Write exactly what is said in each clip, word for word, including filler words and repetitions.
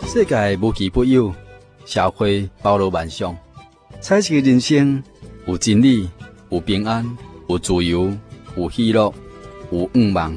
世界无奇不有，社会包罗万象，彩色人生有真理，有平安，有自由，有喜乐，有愿望。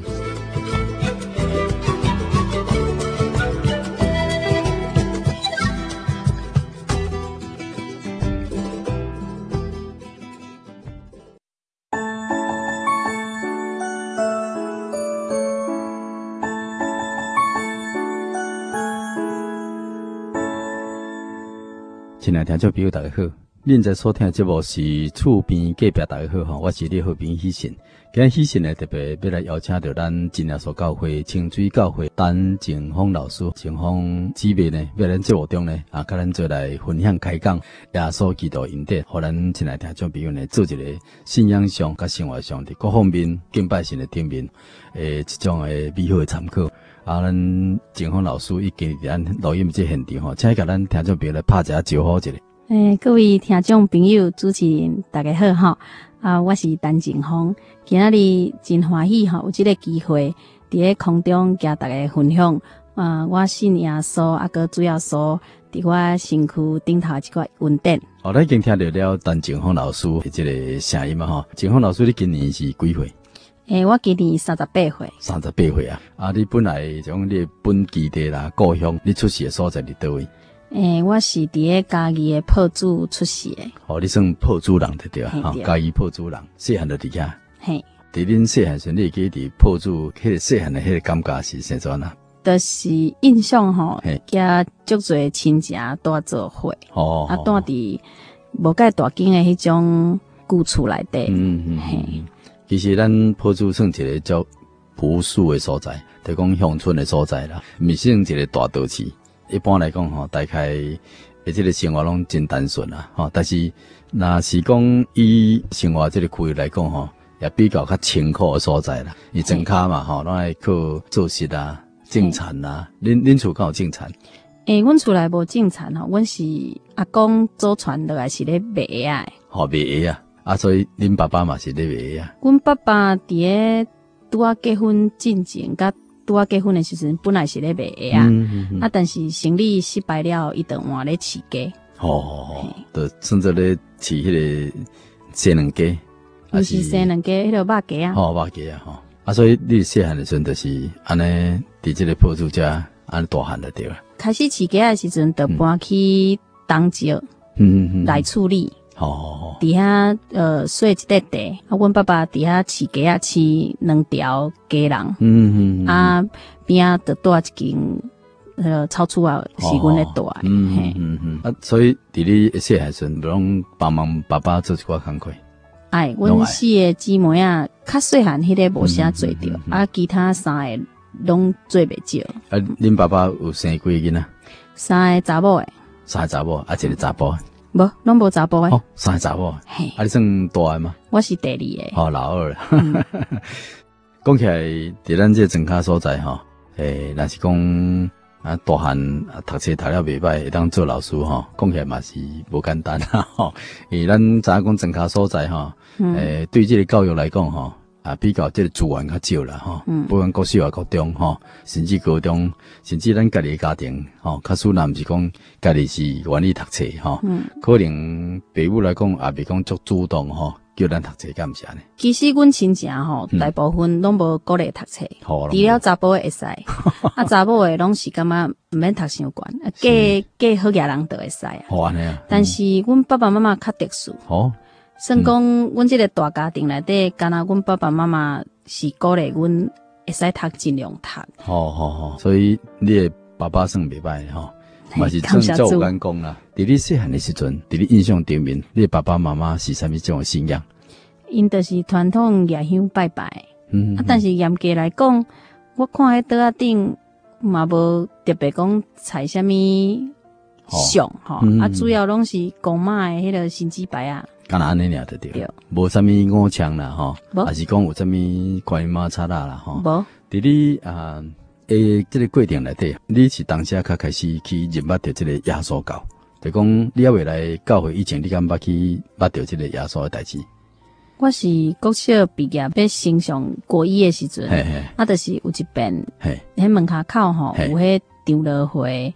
亲爱的听众朋友，大家好！恁在所听的节目是厝边隔壁，大家好哈，我是你好朋友喜信。今日喜信呢特别要来邀请到咱真耶稣教会清水教会陈静芳老师、静芳姊妹呢，在咱节目中呢啊，跟咱做来分享开讲耶稣基督恩典，互咱亲爱的听众朋友呢做一个信仰上、甲生活上的各方面敬拜神的顶面诶，一种诶美好的参考。啊，咱静芳老师已经伫咱录音这现场吼，请甲咱听众朋友来拍一下招呼一下。 诶，各位听众朋友、主持人，大家好哈！啊，我是陈静芳，今仔日真欢喜哈，有这个机会伫咧空中甲大家分享。啊，我信耶稣，啊个主要说伫我身躯顶头一个恩典。 哦，咱已经听到了陈静芳老师的这个声音嘛吼。静芳老师，你今年是几岁？ 诶，我今年三十八岁。三十八岁啊！啊，你本来从你本基地啦、故乡，你出世的所在伫倒位？ 诶，我是伫咧嘉义的破主出世的。 哦，你算破主人对对啊？哈，嘉义破主人，细汉就伫遐。 嘿， 伫恁细汉时，你记伫破主迄个细汉的迄个感觉是啥怎啊？ 就是印象吼，加足侪亲情带做伙。 哦， 啊，带伫无介大间的迄种旧厝内底。 嗯嗯嗯。其实咱破主算一个叫朴素的所在，就讲乡村的所在啦，毋是算一个大都市。一般来讲吼，大概诶，这个生活拢真单纯啦，吼。但是若是讲以生活这个区域来讲吼，也比较较清苦的所在啦。伊庄骹嘛吼，拢爱靠做事啊、种田啊。恁恁厝敢有种田？ 诶，阮厝内无种田吼，阮是阿公祖传落来是咧卖蚵仔。 吼，卖蚵仔。啊，所以恁爸爸嘛是咧卖蚵仔。 阮爸爸伫咧拄啊结婚进前，甲拄啊结婚的时阵，本来是咧卖蚵仔，嗯嗯嗯、啊，但是生意失败了，伊就换咧饲鸡。 吼吼吼，就甚至咧饲迄个生卵鸡， 毋是生卵鸡，迄个肉鸡啊。 吼，肉鸡啊，吼。啊，所以你细汉的时阵，就是安尼伫这个破主家安尼大汉就对了。开始饲鸡的时阵，就搬去东石，嗯嗯嗯，来处理。 好好好， 底下呃睡一块地，啊，阮爸爸底下饲鸡啊，饲两条鸡笼，嗯嗯，啊边啊就带一间呃草厝啊，是阮咧带， 嗯嗯嗯，啊，所以伫你细汉时，不拢帮忙爸爸做一寡工课。 哎，阮四个姊妹啊，较细汉迄个无啥做着，啊，其他三个拢做袂少。 啊，恁爸爸有生几个囡仔？ 三个查某诶， 三个查某，啊，一个查甫。 无，拢无查甫诶。 哦，三个查某。嘿，啊，你算大诶吗？ 我是第二个。 哦，老二。讲起来，伫咱这庄脚所在吼，诶，若是讲啊，大汉啊，读册读了袂歹，会当做老师吼，讲起来嘛是无简单啊吼。因为咱知影讲庄脚所在吼，诶，对这个教育来讲吼。啊，比较这个资源较少啦，吼、嗯，不管国小啊、国中，吼，甚至高中，甚至咱家己的家庭，吼，较数难是讲家己是愿意读册，吼，嗯，可能父母来讲也袂讲足主动，吼，叫咱读册干毋是安尼？ 其实阮亲戚吼，大部分拢无鼓励读册，除了查甫会使，啊，查某的拢是感觉毋免读伤悬，啊，嫁嫁好野人就会使啊。 好安尼啊。 但是阮爸爸妈妈较特殊。 哦。 算讲，阮这个大家庭内底，敢若阮爸爸妈妈是鼓励阮会使读，尽量读。 好好好，所以你的爸爸算袂歹吼，嘛是真足有眼光啦。伫你细汉的时阵，伫你印象顶面，你的爸爸妈妈是啥物种信仰？ 因就是传统夜香拜拜。嗯, 嗯。啊，但是严格来讲，我看迄桌仔顶嘛无特别讲采啥物像吼，嗯、啊，主要拢是公妈的迄个神之牌啊。 干那安尼尔就对，无啥物五枪啦吼，还是讲有啥物观音妈叉啦啦吼。无，伫你啊诶，这个过程内底，你是当时较开始去认捌着这个耶稣教，就讲你还未来教会以前，你敢捌去捌着这个耶稣的代志？ 我是国小毕业要升上国一的时阵，啊，就是有一遍，迄门口口吼有迄长乐会。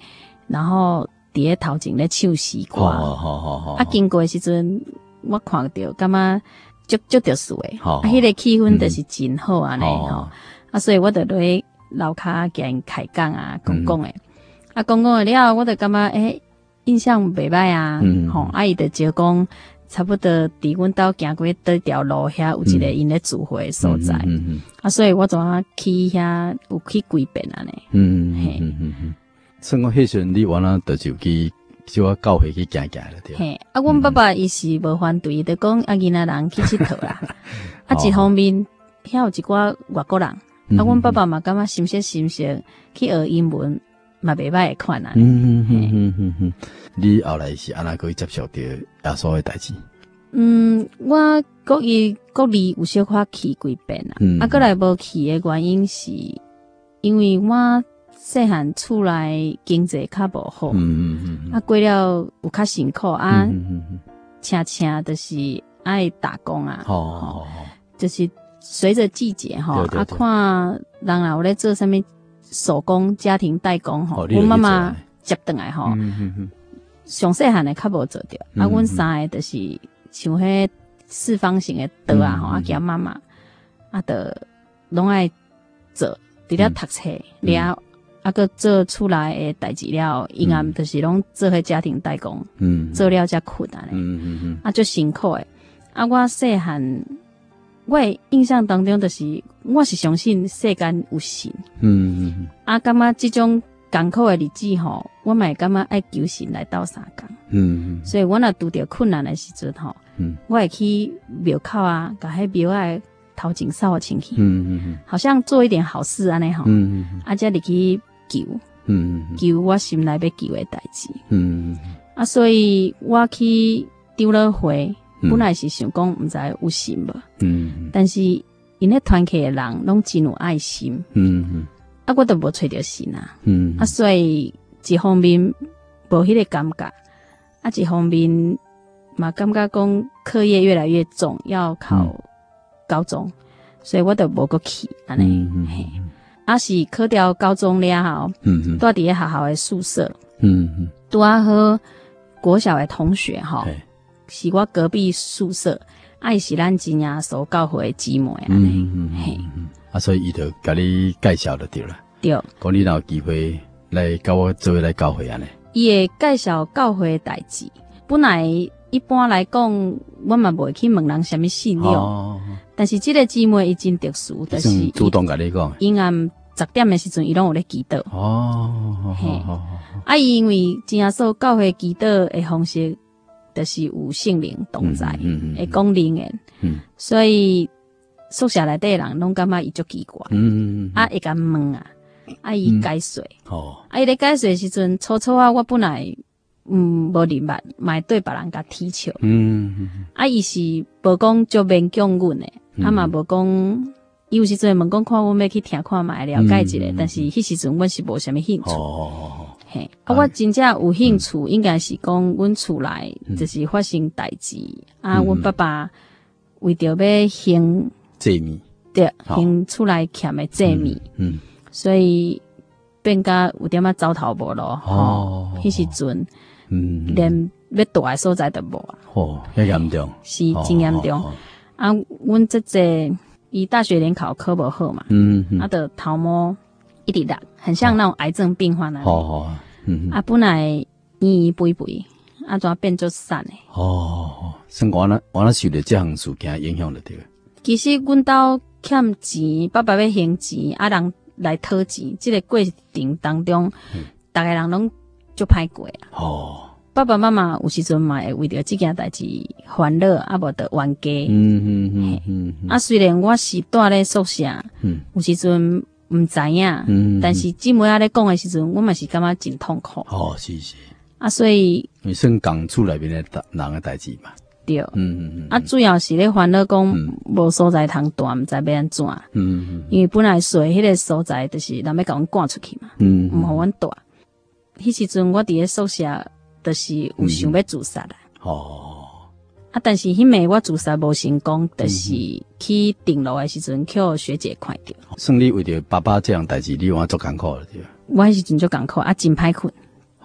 然后伫咧头前咧唱诗歌， 好好好好， 啊经过的时阵，我看到感觉足足特殊诶， 好啊，迄、那个气氛就是真好安尼好吼，啊，所以我就落去楼骹甲因开讲啊，讲讲诶，啊，讲讲诶了，我就感觉诶，印象袂歹啊， 嗯吼、啊，伊就就讲差不多伫阮兜行过倒条路遐有一个因咧聚会诶所在， 嗯嗯啊，所以我怎啊去遐有去几遍安尼， 嗯嘿嗯嗯嗯，算讲迄时阵你原来就去小可教会去行行了对。 嘿，啊，阮爸爸伊是无反对，就讲啊，囡仔人去佚佗啦，啊，一方面遐有一寡外国人。啊，阮爸爸嘛感觉心息心息去学英文嘛袂歹诶款啊。 嗯嗯嗯嗯嗯，你后来是安那可以接受到耶稣诶代志？ 嗯，我国语国里有小可去几遍啊， 嗯、 啊，过来无去诶原因是因为我细汉厝内经济较无好， 嗯嗯嗯， 啊，过了有较辛苦啊， 嗯嗯嗯， 请请就是爱打工啊， 好好好， 就是随着季节吼， 对对对啊，看人若有咧做啥物手工、家庭代工吼， 哦我妈妈接转来吼， 嗯嗯嗯， 上细汉诶较无做着， 嗯、 啊，阮三个就是像迄四方形诶刀啊吼，啊，加妈妈啊，得拢爱做，除了读册了，啊，个做厝内诶代志了，因暗就是拢做迄家庭代工， 嗯， 做了才困难诶， 嗯嗯嗯， 啊，足辛苦诶，啊，我细汉。我印象当中，就是我是相信世间有神， 嗯嗯， 啊，感觉这种艰苦的日子吼，我嘛会感觉爱求神来斗相共， 嗯， 所以我若拄着困难的时阵吼，嗯，我会去庙口啊，甲迄庙仔头前扫清气，嗯嗯，好像做一点好事安尼吼，嗯嗯，啊，才入去求，嗯嗯，求我心内要求的代志，嗯嗯，啊，所以我去丢了会。本来是想讲毋知有神无，嗯，但是因咧团契诶人拢真有爱心，嗯嗯，啊，我都无找着神啊，嗯，啊，所以一方面无迄个感觉，啊，一方面嘛感觉讲课业越来越重，要考高中，嗯、所以我都无搁去安尼，嗯嗯，啊是考掉高中了后，嗯嗯，住伫咧学校诶宿舍，嗯嗯，拄啊好国小诶同学吼。是我隔壁宿舍，爱是咱真耶稣教会姊妹啊，嗯嗯嘿， 啊，所以伊就甲你介绍就对了， 对， 讲你若有机会来甲我做来教会安尼， 伊会介绍教会代志。本来一般来讲，我嘛袂去问人啥物信仰，哦、但是这个姊妹伊真特殊，就是主动甲你讲， 因暗十點的時陣，伊攏有咧祈禱。 哦，嘿， 啊，因為真耶穌教會祈禱的方式。就是有聖靈同在，會講靈言，所以宿舍內底人攏感覺伊足奇怪，嗯、啊會甲問啊，啊伊解說，嗯、哦，啊伊咧解說時陣，初初啊我本來嗯無明白，嘛對別人甲踢球，嗯，啊伊是無講足勉強阮誒，嗯、啊嘛無講，伊有時陣問講看阮要去聽看賣了解一下，嗯、但是迄時陣阮是無啥物興趣。哦嘿，啊，我真正有興趣，嗯、應該是講阮厝內就是發生代志，嗯、啊，阮爸爸為着要興祭米， 對，興厝內欠的祭米，嗯，嗯所以變甲有點仔走投無路，哦，迄時陣，嗯，連要住的所在都無啊， 哦，遐嚴重， 是真嚴重，哦、啊，阮即個伊大學聯考考無好嘛，嗯，嗯啊，就頭毛。一直打，很像那種癌症病患啊！ 哦，嗯， 啊，本來醫醫肥肥，啊，怎變做瘦誒？ 哦，算我那我那受到這項事件影響了對。 其實阮兜欠錢，爸爸要還錢，啊，人來討錢，這個過程當中，嗯、大家人攏就歹過啊。哦，爸爸媽媽有時陣嘛會為着這件代志煩惱，啊，無得冤家。嗯嗯嗯嗯。啊，雖然我是住咧宿舍，嗯，有時陣。唔知影，嗯、但是姊妹仔咧講的時陣，我嘛是感覺真痛苦。 哦，是是。 啊，所以你算講厝內面的人的代志嘛？ 對，嗯嗯嗯。啊，主要是咧煩惱講無所在通住，唔知要安怎。嗯嗯。因為本來睡迄個所在，就是人要甲阮趕出去嘛。嗯。唔好阮住。迄時陣我佇咧宿舍，就是有想要自殺啦。哦。啊，但是迄暝我自殺無成功，就是去定路的時陣，叫學姐看到。算你為着爸爸這樣代志，你有法做艱苦了對？ 我迄時陣就艱苦，啊，真歹困。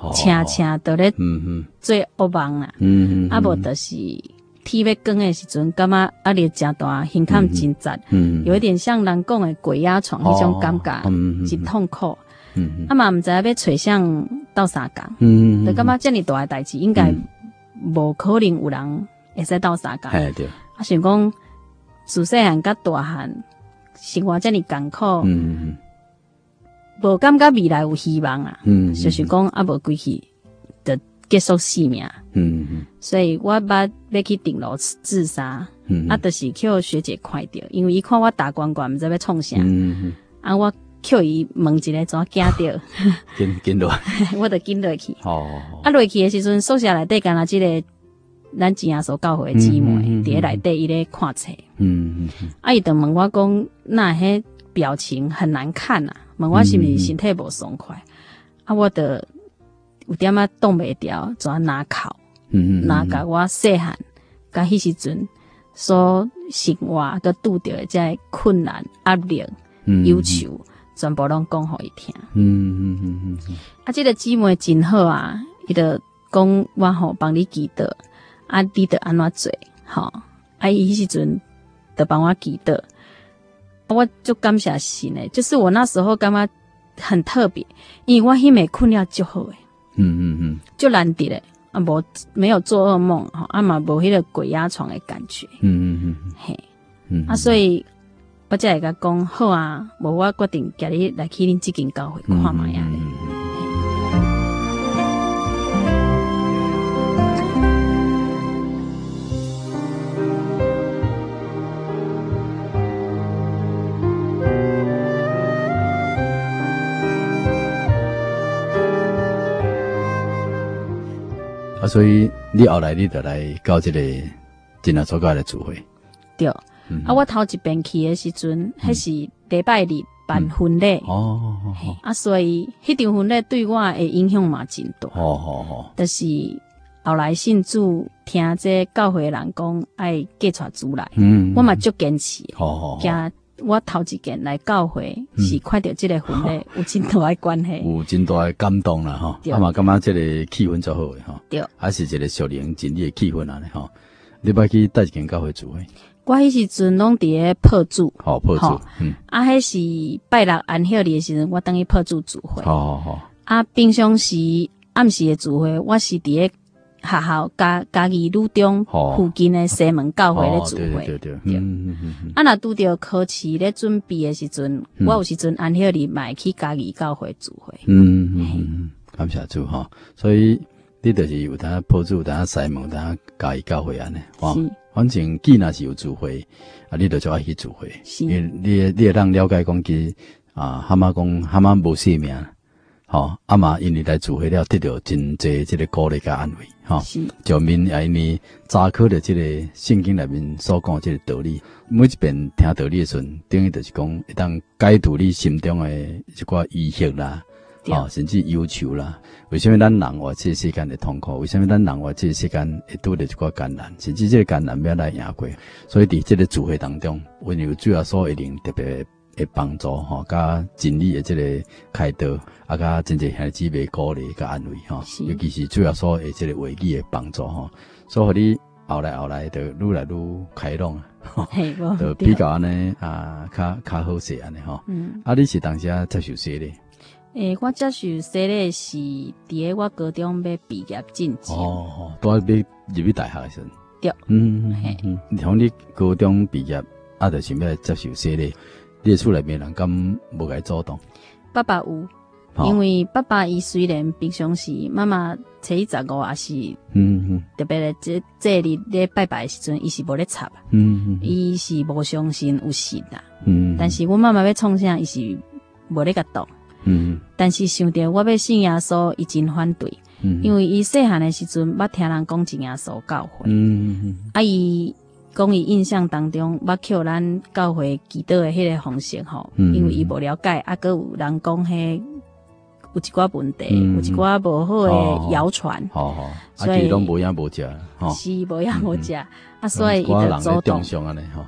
请请都咧嗯嗯做恶梦啦， 嗯嗯， 啊无就是天要光的时阵，感觉压力真大，胸坎真窄， 嗯， 有一点像人讲的鬼压床迄种感觉， 嗯真痛苦。 嗯啊嘛毋知影要找向斗相共， 嗯， 就感觉遮尔大诶代志，应该无可能有人会使斗相共。 哎对， 啊想讲自细汉甲大汉生活遮尔艰苦， 嗯无感觉未来有希望啊， 嗯， 就是讲啊无归去，就结束生命。 嗯嗯， 所以我捌要去顶楼自杀， 嗯啊，就是叫学姐看到，因为伊看我大光光，毋知要创啥， 嗯啊，我叫伊问一个怎惊着， 跟跟落， 我就跟落去。 哦， 啊，落去的时阵，宿舍内底干那即个咱真耶稣教会的姊妹，伫咧内底伊咧看册， 嗯嗯， 啊，伊就问我讲，那迄表情很难看啊，问我是毋是身体无爽快，啊，我就有点仔挡袂牢，怎拿哭。 嗯嗯， 那甲我细汉，甲迄时阵所生活佮拄着的这困难、压力、忧愁，全部拢讲互伊听。 嗯嗯嗯嗯， 啊，这个姊妹真好啊，伊就讲我吼帮你祈祷，啊，你得安怎做，吼，啊，伊迄时阵就帮我祈祷，我就感谢神诶，就是我那时候感觉很特别，因为我迄暝困了足好诶， 嗯嗯嗯， 就难得诶。啊，无没有做噩梦哈，啊嘛无迄个鬼压床的感觉， 嗯嗯嗯， 嘿， 嗯啊，所以我才会甲讲好啊，无我决定今日来去恁即间教会看卖啊咧。 啊，所以你后来你就来搞这个真耶稣教的聚会， 对，啊，我头一遍去的时阵，迄是礼拜日办婚礼， 哦， 啊，所以迄场婚礼对我的影响嘛真大， 哦哦哦， 就是后来信主听这教会的人讲爱嫁娶主来， 嗯， 我嘛足坚持， 哦哦， 加我头一件来教会是看到这个婚礼有真大的关系， 有真大的感动啦吼，啊嘛感觉这个气氛足好诶吼， 对， 还是一个属灵真理的气氛啊咧吼，你捌去带一间教会聚会？ 我迄时阵拢伫咧破主， 好破主，嗯， 啊，迄是拜六安歇日的时阵，我等于破主聚会， 好好好， 啊，平常时暗时的聚会，我是伫咧学校家家己路中附近的西门教会咧聚会， 对对对，嗯嗯嗯， 啊，若拄着考试咧准备的时阵，我有时阵安歇日嘛会去家己教会聚会， 嗯嗯嗯，感谢主哈，所以你就是有当破主，有当西门，有当家己教会安尼，哇。反正既然是有聚会，啊，你就就爱去聚会，因为你你会当了解讲其啊，蛤蟆讲蛤蟆无性命，吼，啊嘛因为来聚会了，得到真侪即个鼓励甲安慰，吼，上面也因为查考的即个圣经内面所讲即个道理，每一遍听道理的时阵，等于就是讲会当解除你心中的一寡疑惑啦。哦，甚至忧愁啦。为什么咱人活这个世间会痛苦？为什么咱人活这个世间会拄着一寡艰难？甚至这个艰难要来赢过。所以伫这个聚会当中，温柔主要所一定特别会帮助吼，甲真理的这个开导，啊，甲真侪兄弟姊妹鼓励甲安慰吼。尤其是主要所的这个话语的帮助吼，所以你后来后来就愈来愈开朗啊，就比较安尼啊，较较好势安尼吼。嗯，啊，你是当时啊接受洗礼？ 诶、欸，我接受洗礼是伫咧我高中要毕业进前。 哦，都要入去大学的时阵。 对。 嗯嗯嗯。你从你高中毕业，啊，就想要接受洗礼，你厝内面人敢无甲伊主动？ 爸爸有，哦、因为爸爸伊虽然平常时妈妈初一十五也是，嗯嗯，特别咧这这日咧拜拜的时阵，伊是无咧插，嗯嗯，伊是无相信有神啦，嗯，但是我妈妈要创啥，伊是无咧甲动。嗯，但是想到我要信耶稣，伊真反对，嗯，因为伊细汉的时阵，捌听人讲真耶稣教会，嗯嗯，啊伊讲伊印象当中，捌扣咱教会祈祷的迄个方式吼，嗯、因为伊无了解，啊，佮有人讲迄有一寡问题，嗯、有一寡无好的谣传， 好好，所以拢无影无食， 是无影无食，啊，所以伊就主动，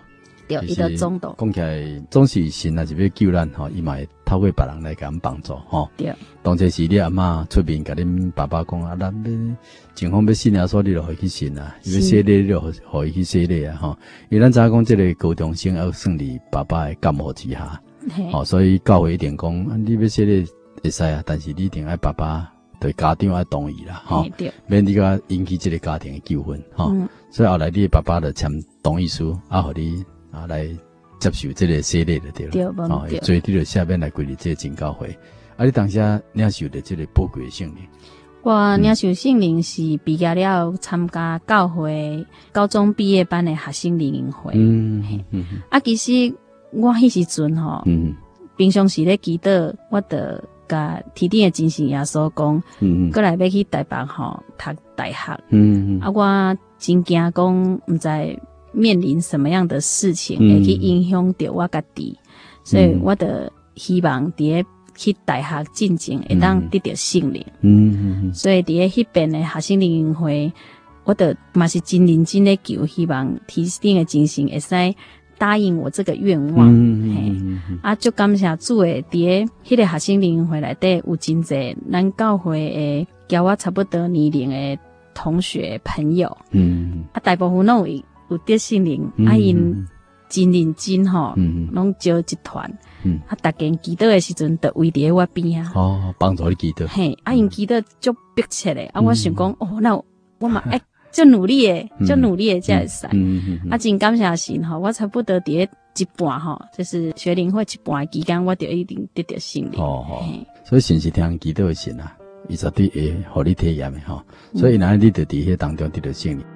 对，伊就中毒。 讲起来，总是神若是要救咱吼，伊嘛会透过别人来甲咱帮助吼。 对， 当初是你阿嬷出面甲恁爸爸讲啊，咱要警方要信啊，所以你就互伊去信啊，要洗礼你就互伊去洗礼啊吼。因为咱知影讲，即个高中生要算伫爸爸的监护之下，吼，所以教会一定讲，你要洗礼会使啊，但是你一定爱爸爸对家长要同意啦，吼，免你甲引起即个家庭的纠纷，吼、嗯。所以后来你的爸爸就签同意书，啊，互你啊来接受即个洗礼就对了， 对， 哦，做你就下面来归入即个真教会。啊，你当下领受的即个宝贵的圣灵。 我领受圣灵是毕业了参加教会高中毕业班的学生灵营会。嗯嗯嗯。啊，其实我迄时阵吼，嗯，平常时咧祈祷，我得甲天顶的真神耶稣讲，嗯嗯，过来要去台北吼读大学。嗯嗯。啊，我真惊讲，毋知面临什么样的事情会去影响到我家己，嗯，所以我得希望伫咧去大学进前会当得到圣灵。嗯嗯嗯。所以伫咧迄边的学生灵营会，我得嘛是真认真咧求，希望天顶的真神会使答应我这个愿望。嗯嗯嗯。啊，就感谢主诶，伫咧迄个学生灵营会内底有真侪咱教会诶，交我差不多年龄诶同学朋友。嗯。啊，大部分拢有有得圣灵，嗯，啊因真认真吼，拢招一团。嗯，啊，逐家祈祷的时阵，就围伫咧我边啊。哦， 帮助你祈祷。 嘿，啊，因祈祷足迫切咧，啊，我想讲，哦，那我嘛哎，足努力诶，足努力诶，才会使。嗯嗯啊，真感谢神吼，我差不多伫咧一半吼，就是学灵会一半的期间，我就一定得到圣灵。哦哦， 所以神是听祈祷的神啊，伊绝对会互你体验的吼。所以那你就伫迄当中得到圣灵。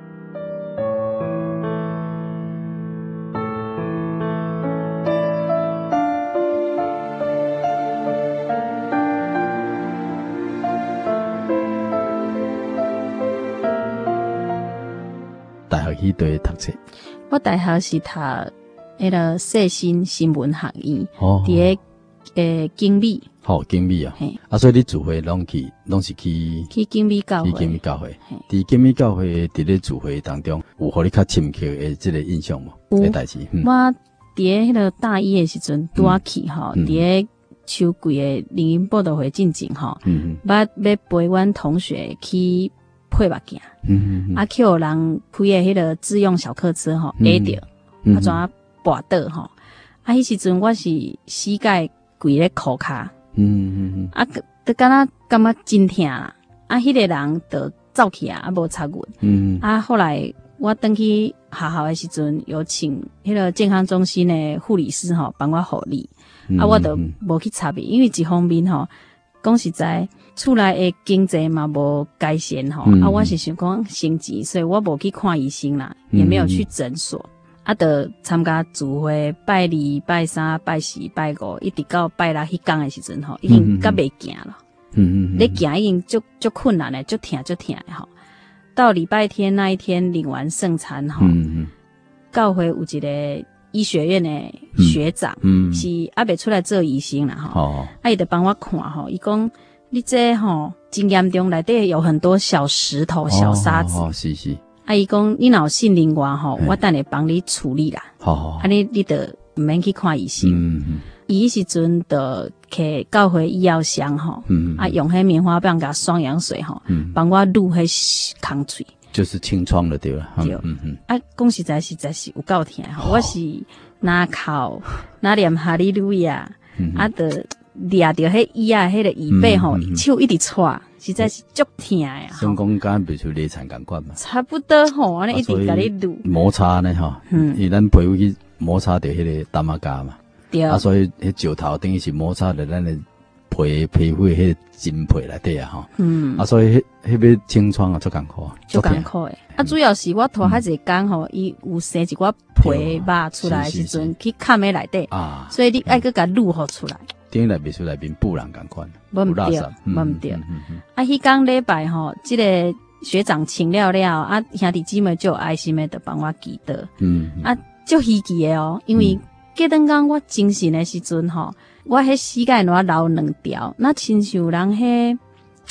去对读册， 我大学是读迄个世新新闻学院，伫咧诶经美， 好经美啊，啊，所以你聚会拢去，拢是去去经美教会， 去经美教会，伫经美教会伫咧聚会当中，有互你较深刻诶即个印象无？这代志， 我伫咧迄个大一诶时阵拄啊去吼，伫咧秋季诶灵营报道会进前吼，捌要陪阮同学去配目镜。嗯，啊，去有人开的迄个自用小客车吼，跌着，啊，怎啊跋倒吼，啊，迄时阵我是膝盖跪咧裤骹，嗯嗯嗯，啊，都敢若感觉真疼啦，啊，迄个人就走去啊，啊，无插阮，嗯，啊，后来我登去学校的时阵，有请迄个健康中心的护理师吼帮我护理，啊，我就无去插伊，因为一方面吼，讲实在。厝内诶经济嘛无改善吼，嗯，啊，我是想讲升级，所以我无去看医生啦，也没有去诊所，嗯，啊，就参加聚会，拜二、拜三、拜四、拜五，一直到拜六迄天诶时阵吼，已经甲袂行了，嗯嗯，你行已经足足困难诶，足疼足疼诶吼。到礼拜天那一天领完圣餐吼，嗯嗯，教会有一个医学院诶学长，嗯，嗯是还袂出来做医生啦吼，哦，啊，伊就帮我看吼，伊讲。你这吼经验中内底有很多小石头、小沙子。 哦，是是。 啊，伊讲你若有信灵我吼，我等下帮你处理啦。好好。啊，你你得唔免去看医生。嗯嗯。伊时阵得去教会医药箱吼，嗯啊，用迄棉花棒甲双氧水吼，嗯，帮我撸迄空喙。 就是清创了对了。 对。嗯嗯。啊，讲实在实在是有够疼吼，我是拿口拿念哈利路亚，啊得。抓着迄椅啊，迄个椅背吼，手一直搓，实在是足疼诶。 像讲敢比出雷惨感官嘛？ 差不多吼，安尼一直甲你撸摩擦呢吼，因为咱皮肤去摩擦着迄个淡马甲嘛，对啊，所以迄石头等于是摩擦着咱的皮皮肤迄个筋皮内底啊吼，嗯，啊所以迄迄要清创啊足艰苦， 足艰苦诶。啊，主要是我头遐济工吼，伊有生一寡皮肉出来时阵去嵌喺内底啊，所以你爱去甲撸好出来。 顶来别出来变布人共款， 无毋对，无毋对。啊，迄天礼拜吼，即个学长请了了，啊，兄弟姊妹就有爱心的，就帮我祈祷。嗯，啊，足稀奇的哦，因为隔顿讲我精神的时阵吼，我迄膝盖若流两条，那亲像人迄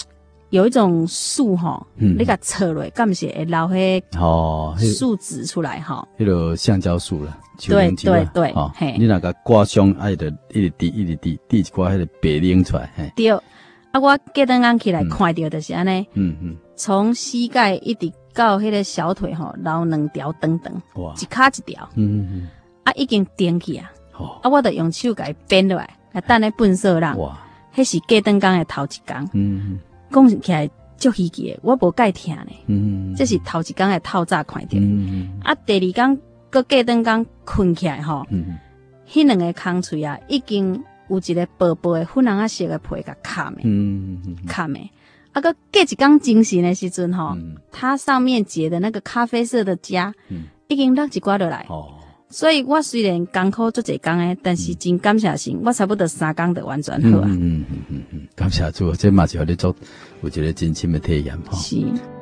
有一种树哈， 嗯你给它扯落，干不是会捞迄哦，迄树枝出来哈？ 迄个橡胶树啦， 对对对， 哦嘿， 你那个刮伤，爱的一直滴一直滴，滴一刮迄个白拎出来，嘿， 对。啊，我隔顿刚起来看到就是安尼， 嗯嗯， 从膝盖一直到迄个小腿吼，捞两条长长， 哇， 一卡一条， 嗯嗯嗯， 啊，已经顶起啊， 哦， 啊，我就用手给编落来，啊，等咧粪扫人， 哇， 迄是隔顿刚的头一工， 嗯讲起来足稀奇的，我无介听呢， 嗯， 这是头一工的透早看到， 嗯啊，第二工搁隔顿刚困起来吼， 嗯， 迄两个空喙啊，已经有一个薄薄的粉红啊色的皮甲盖的， 嗯嗯盖的。啊，个隔一工精神的时阵吼， 嗯它上面结的那个咖啡色的痂， 嗯， 已经落一寡落来。 哦， 所以我虽然艰苦做一工诶，但是真感谢神，我差不多三工就完全好啊。 嗯嗯嗯嗯嗯，感谢主，这嘛是互你做有一个真深的体验吼。 是。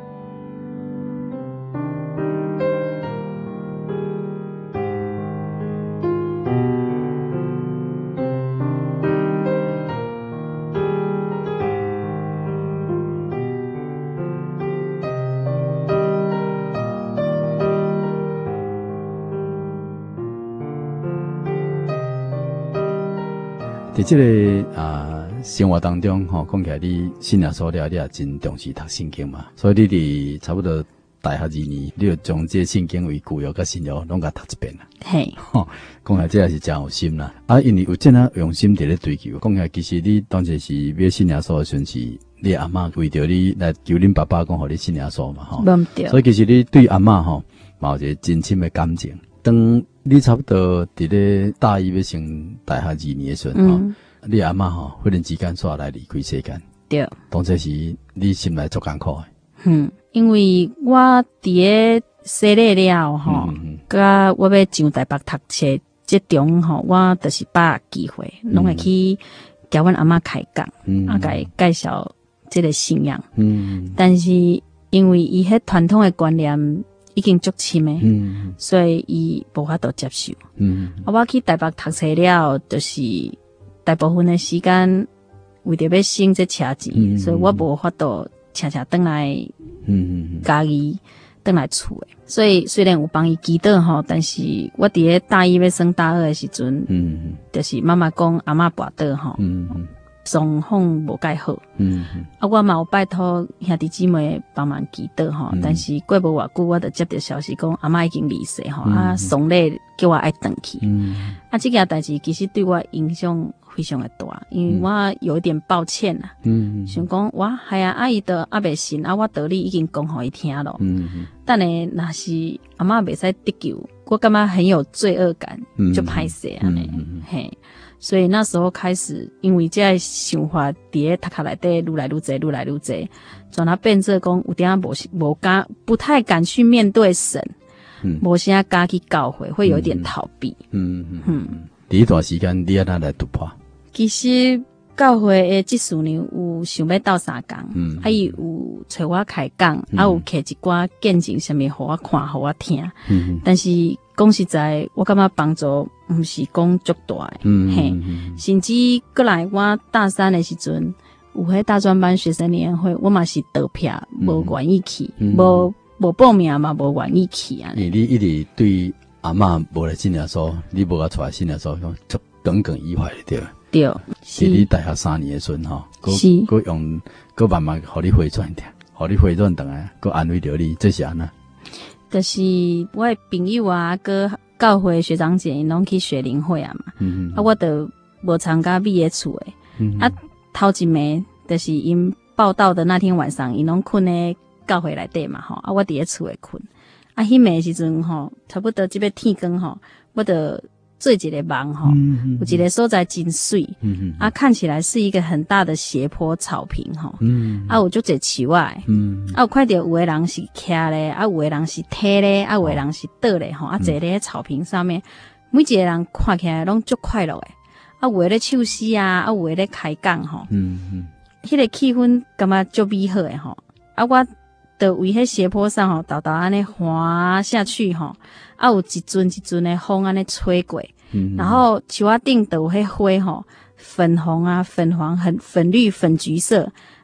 在这个啊生活当中吼，讲起来你信仰所了，你也真重视读圣经嘛，所以你伫差不多大学二年，你就将这圣经为旧约甲新约拢甲读一遍啦。 嘿， 吼，讲起来这也是真有心啦。啊，因为有这样用心伫咧追求，讲起来其实你当时是买信仰所的时阵是，你阿嬷为着你来求恁爸爸讲，互你信仰所嘛，吼。 无对。 所以其实你对阿嬷吼，嘛有一个真深的感情。当你差不多伫咧大一要升大学二年的时阵吼， 嗯、 你阿嬷吼忽然之间煞来离开世间， 对， 当这时你心内足艰苦的。 嗯，因为我伫咧洗礼了吼，甲、嗯、我要上台北读册，即中吼，我就是把握机会，拢、嗯、会去甲阮阿嬷开讲，嗯、啊，甲伊介绍即个信仰。嗯，但是因为伊迄传统的观念已经足深诶，嗯，所以伊无法度接受。嗯，啊，我去台北读册了，就是大部分的时间为着要省这车钱，嗯、所以我无法度车车转来，嗯，家己转来厝诶。所以虽然有帮伊祈祷吼，但是我伫咧大一要升大二的时阵，嗯，就是妈妈讲阿嬷跋倒吼，嗯。状况无介好，嗯，啊，我嘛有拜托兄弟姊妹帮忙祈祷吼，嗯、但是过无偌久，我就接到消息讲阿嬷已经离世吼，嗯、啊，丧礼叫我爱回去，嗯，啊，这件代志其实对我影响非常的大，因为我有一点抱歉啦，嗯，想讲哇，系啊，阿姨的阿伯信啊，我道理已经讲互伊听咯，嗯，但呢，若是阿嬷袂使得救，我感觉很有罪恶感，嗯、就歹势安尼，嗯、嘿。所以那时候开始，因为这个想法伫咧读壳内底愈来愈侪，愈来愈侪，转到变做讲有点无无敢不太敢去面对神，嗯，无啥敢去教会，会有一点逃避。嗯嗯嗯。 第一段时间你安怎来突破？ 其实教会的即四年有想要斗三工，嗯，啊伊有找我开讲，嗯、啊有摕一寡见证什么互我看，互我听，嗯，但是讲实在，我感觉帮助毋是讲足大诶，嗯、嘿，嗯、甚至过来我大三的时阵，有迄大专班学生联会，我嘛是得票，无愿意去，无无报名嘛，无愿意去啊。 你一直对阿嬷无来信仰所，你无甲出来信仰所，就耿耿于怀对。 对， 是你大学三年的时阵吼， 是， 佮用佮慢慢互你回转点，互你回转转来，佮安慰着你，这是安那。 就是我的朋友啊，佮教会学长姐因拢去学灵会啊嘛，嗯、啊，我就无参加毕业厝诶，嗯、啊，头一暝就是因报道的那天晚上，因拢困咧教会内底嘛吼，啊，我伫咧厝诶困，啊，迄暝时阵吼，差不多即要天光吼，我就做一个梦吼，嗯、有一个所在真水，嗯、啊，看起来是一个很大的斜坡草坪吼，嗯、啊，有足侪树仔，嗯、啊，有看到有的人是徛咧，啊，有的人是坐咧，啊，有的人是倒咧吼，啊，坐咧草坪上面，每一个人看起来拢足快乐诶，啊，有的咧唱诗啊，啊，有的咧开讲吼，嗯嗯，迄个气氛感觉足美好诶吼，啊，我就为迄斜坡上吼，豆豆安尼滑下去吼，啊，有一阵一阵的风安尼吹过。嗯、然后树仔顶都有迄花吼，粉红啊、粉黄、很粉绿、粉橘色，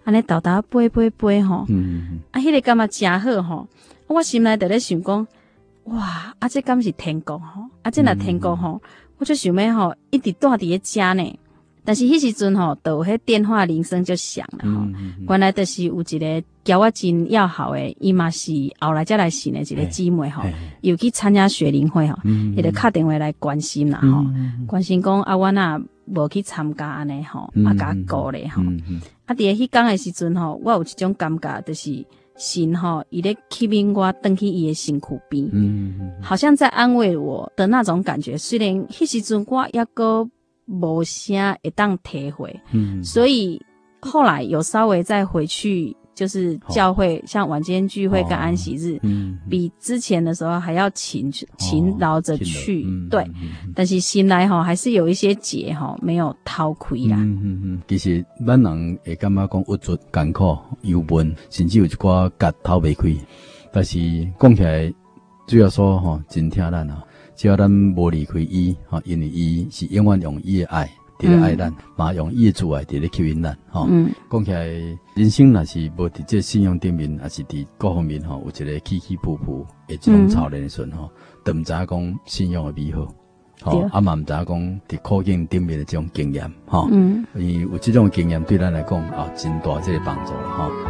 安尼豆豆飞飞飞吼， 嗯， 啊，迄、那个感觉真好吼。我心内就咧想讲，哇，啊，这敢是天国吼？啊，这若天国吼，嗯、我就想要吼一直住伫咧遮呢。但是迄时阵吼，就有迄电话铃声就响了吼。嗯嗯嗯、原来就是有一个交我真要好诶，伊嘛是后来才来信诶一个姊妹吼，又去参加学龄会吼，伊就敲电话来关心啦吼，嗯、关心讲啊，我若无去参加安尼吼，啊，甲鼓励吼。啊，伫咧迄讲诶时阵吼，我有一種感覺，就是神吼，伊咧吸引我登去伊诶身軀邊，嗯嗯、好像在安慰我的那種感覺。雖然迄時陣我抑個無啥會當體會，嗯，所以後來有稍微再回去，就是教會，哦、像晚間聚會跟安息日，哦、嗯，比之前的時候還要勤勤勞着去，哦嗯、對，嗯、但是心內吼還是有一些結吼沒有掏開啦。 嗯嗯嗯，其實咱人會感覺講鬱卒艱苦憂悶，甚至有一寡結掏袂開，但是講起來主要說吼真疼咱啊。只要咱無離開伊，吼，因為伊是永遠用伊的愛佇咧愛咱，嘛、嗯、用伊的慈愛佇咧吸引咱，吼。講起來，人生若是無佇這信仰頂面，也是佇各方面吼，有一個起起伏伏的這種操練的時陣吼，都毋知影講信仰的美好，吼，啊嘛毋知影講佇苦境頂面的這種經驗，吼。嗯。因為有這種經驗對咱來講，啊，真大這個幫助啦，吼。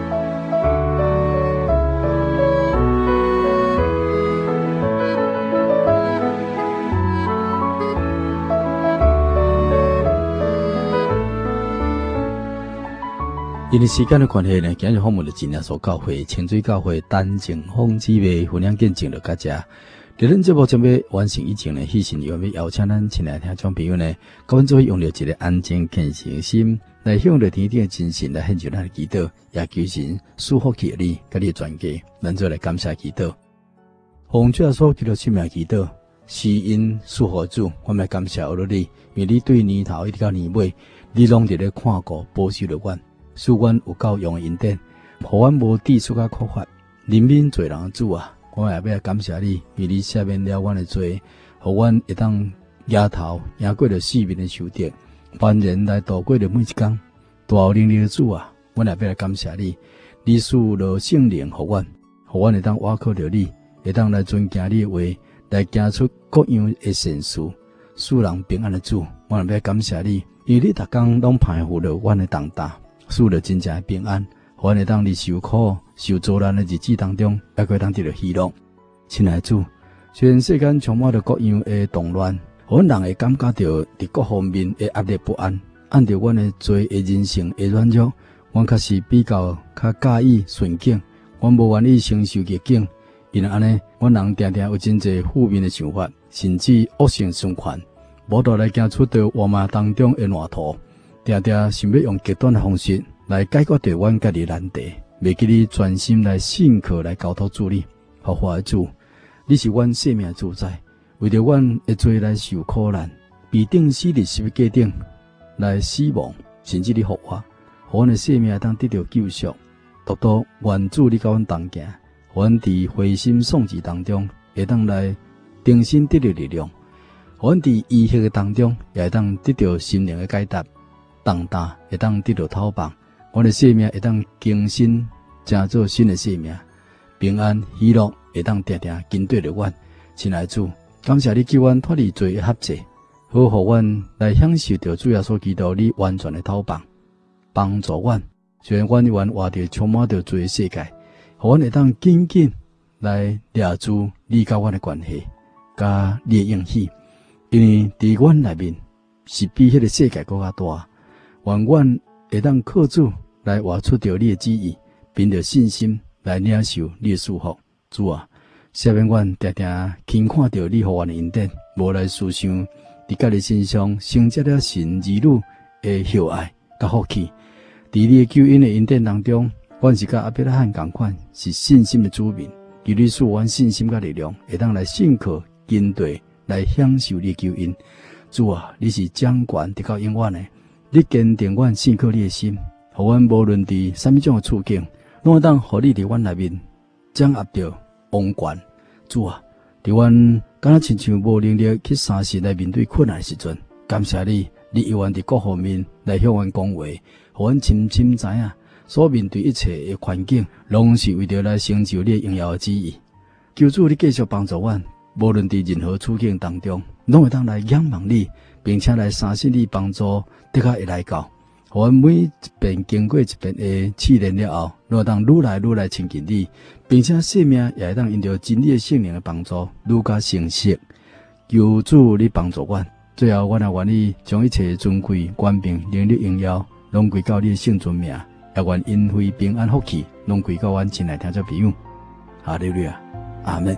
因為時間的關係呢，今日訪問的真耶穌教會清水教會陳靜豐姊妹分享見證就到這。在咱節目準備完成以前呢，希神要要邀請咱親愛聽眾朋友呢，跟阮做用了一個安靜虔誠心，來向着天頂的真神來獻上咱的祈禱，也求神賜福給你，甲你的全家，咱做來感謝祈禱。奉主耶穌基督聖名祈禱，是因賜福主，我們來感謝我你，因為你對年頭一直到年尾，你攏佇咧看顧保守着阮。使阮有夠用的恩典，互阮無抵觸甲苦法，憐憫罪人的主啊！我也要感謝你，為你赦免了阮的罪，互阮會當抬頭贏過着四面的仇敵，凡人來度過着每一天。大有能力的主啊！阮也要來感謝你，你賜了聖靈互阮，互阮會當倚靠着你，會當來遵行你的話，來行出各樣的善事，使人平安的主，我也要感謝你，因為你逐工攏排除了阮的重擔。賜了真正的平安，互阮會當佇受苦、受遭難的日子當中，也可以當得到喜樂。親愛的主，雖然世間充滿着各樣的動亂，互阮人會感覺到佇各方面的壓力不安，按照阮的罪的人性的軟弱，阮確實比較較介意順境，阮無願意承受逆境，因為安尼，阮人定定有真濟負面的想法，甚至惡性循環，無度來行出到我們當中的爛途。定定想要用極端的方式來解決着阮家己難題，袂記你專心來信靠來交託主你，合法的主，你是阮生命的主宰，為着阮會做來受苦難，必定死佇十字架頂來死亡，甚至你復活，互阮的生命當得到救贖，獨獨願主你甲阮同行，互阮佇灰心喪志當中會當來重新得到力量，互阮佇醫學的當中也會當得到心靈的解答。重擔會當得到透放，我的生命會當更新，成做新的生命，平安喜樂會當定定跟對着阮。親愛的主，感謝你叫阮脫離罪的轄制，好互阮來享受着主耶穌基督你完全的透放，幫助阮。雖然阮願活着充滿着罪的世界，互阮會當緊緊來抓住你甲阮的關係，甲你的應許，因為佇阮內面是比迄個世界更加大。願阮會當靠主來活出着你的旨意，憑着信心來領受你的祝福。主啊，赦免阮定定輕看着你互阮的恩典，無來思想佇家己身上承接了神兒女的厚愛甲福氣。佇你的救恩的恩典當中，阮是甲亞伯拉罕同款，是信心的子民。求你賜阮信心甲力量，會當來信靠跟隨來享受你的救恩。主啊，你是掌權直到永遠的。你堅定阮信靠你的心，互阮無論佇啥物種的處境，攏會當互你佇阮內面掌握着王權。主啊，佇阮敢若親像無能力去相信來面對困難的時陣，感謝你，你永遠佇各方面來向阮講話，互阮深深知影， 所面对一切的环境，拢是为着来成就你荣耀的旨意。求主你继续帮助阮，无论伫任何处境当中，拢会当来仰望你，并且来相信你帮助，得较会来到。我们每一遍经过一遍的试炼了后，都会当愈来愈来亲近你，并且生命也会当因着真理的圣灵的帮助，愈加成熟。求主你帮助阮，最后阮也愿意将一切尊贵、冠冕、能力、荣耀，拢归到你的圣尊名，也愿因为平安福气，拢归到阮亲爱听众朋友。哈利路亚，阿门。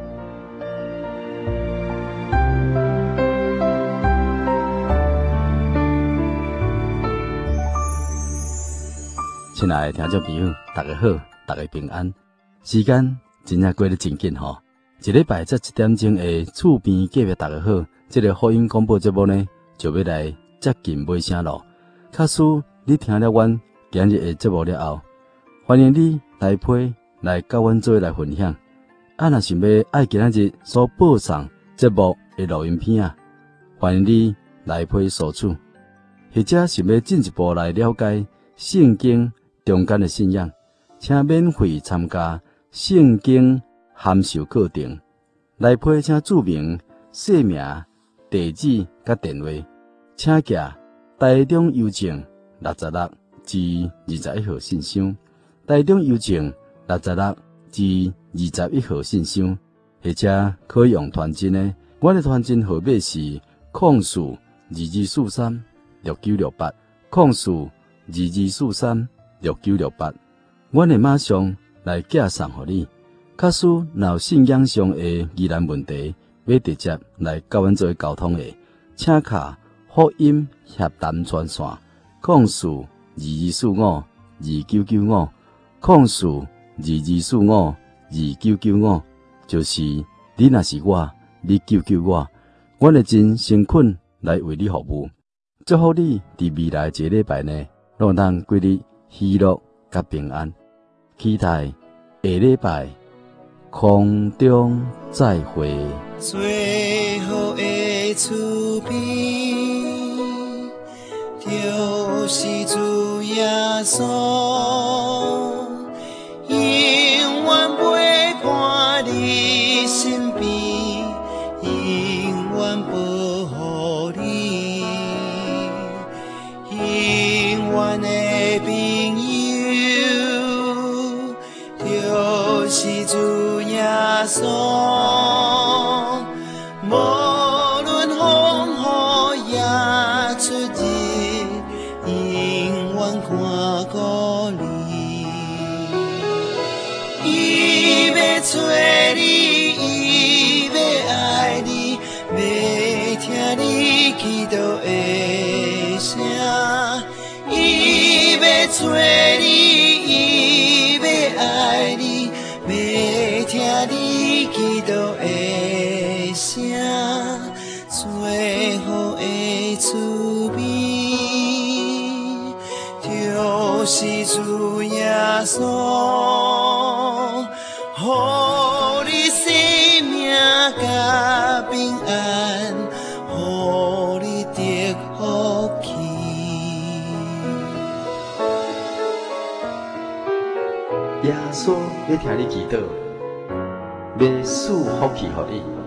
亲爱的听众朋友，大家好，大家平安。时间真正过得真紧吼，一礼拜才一点钟的厝边隔壁大家好，这个福音广播节目呢，就要来接近尾声咯。假使你听了阮今日的节目了后，欢迎你来批来甲阮做来分享。啊，若想要爱今仔日所播送节目的录音片啊，欢迎你来批索取，或者想要进一步来了解圣经中间的信仰，请免费参加圣经函授课程。来批请注明姓名、地址甲电话，请寄台中邮政六十六至二十一号信箱，台中邮政六十六至二十一号信箱，或者可以用传真的。我的传真号码是空四二二四三六九六八，空四二二四三六九六八，我会马上来寄送给你。假使若有信仰上的疑难问题，要直接来甲阮做沟通的，请卡福音协谈专线，空四二二四五二九九五，空四二二四五二九九五，就是你若是我，你救救我，我会真诚恳来为你服务。祝福你伫未来一个礼拜呢，拢当过日喜乐甲平安。期待下礼拜空中再会。 最后的厝边，就是主耶稣，永远陪伴你身边，永远保护你，永远的朋友，就是主耶稣。无论风雨也出日，永远看顾你。伊要找你，伊要爱你，要听你祈祷的声。伊要找你，伊要爱你，要听你祈祷的声。最好的厝边，就是主耶稣，予你生命甲平安，予你得福气。 耶稣要听你祈祷，要赐福气予你。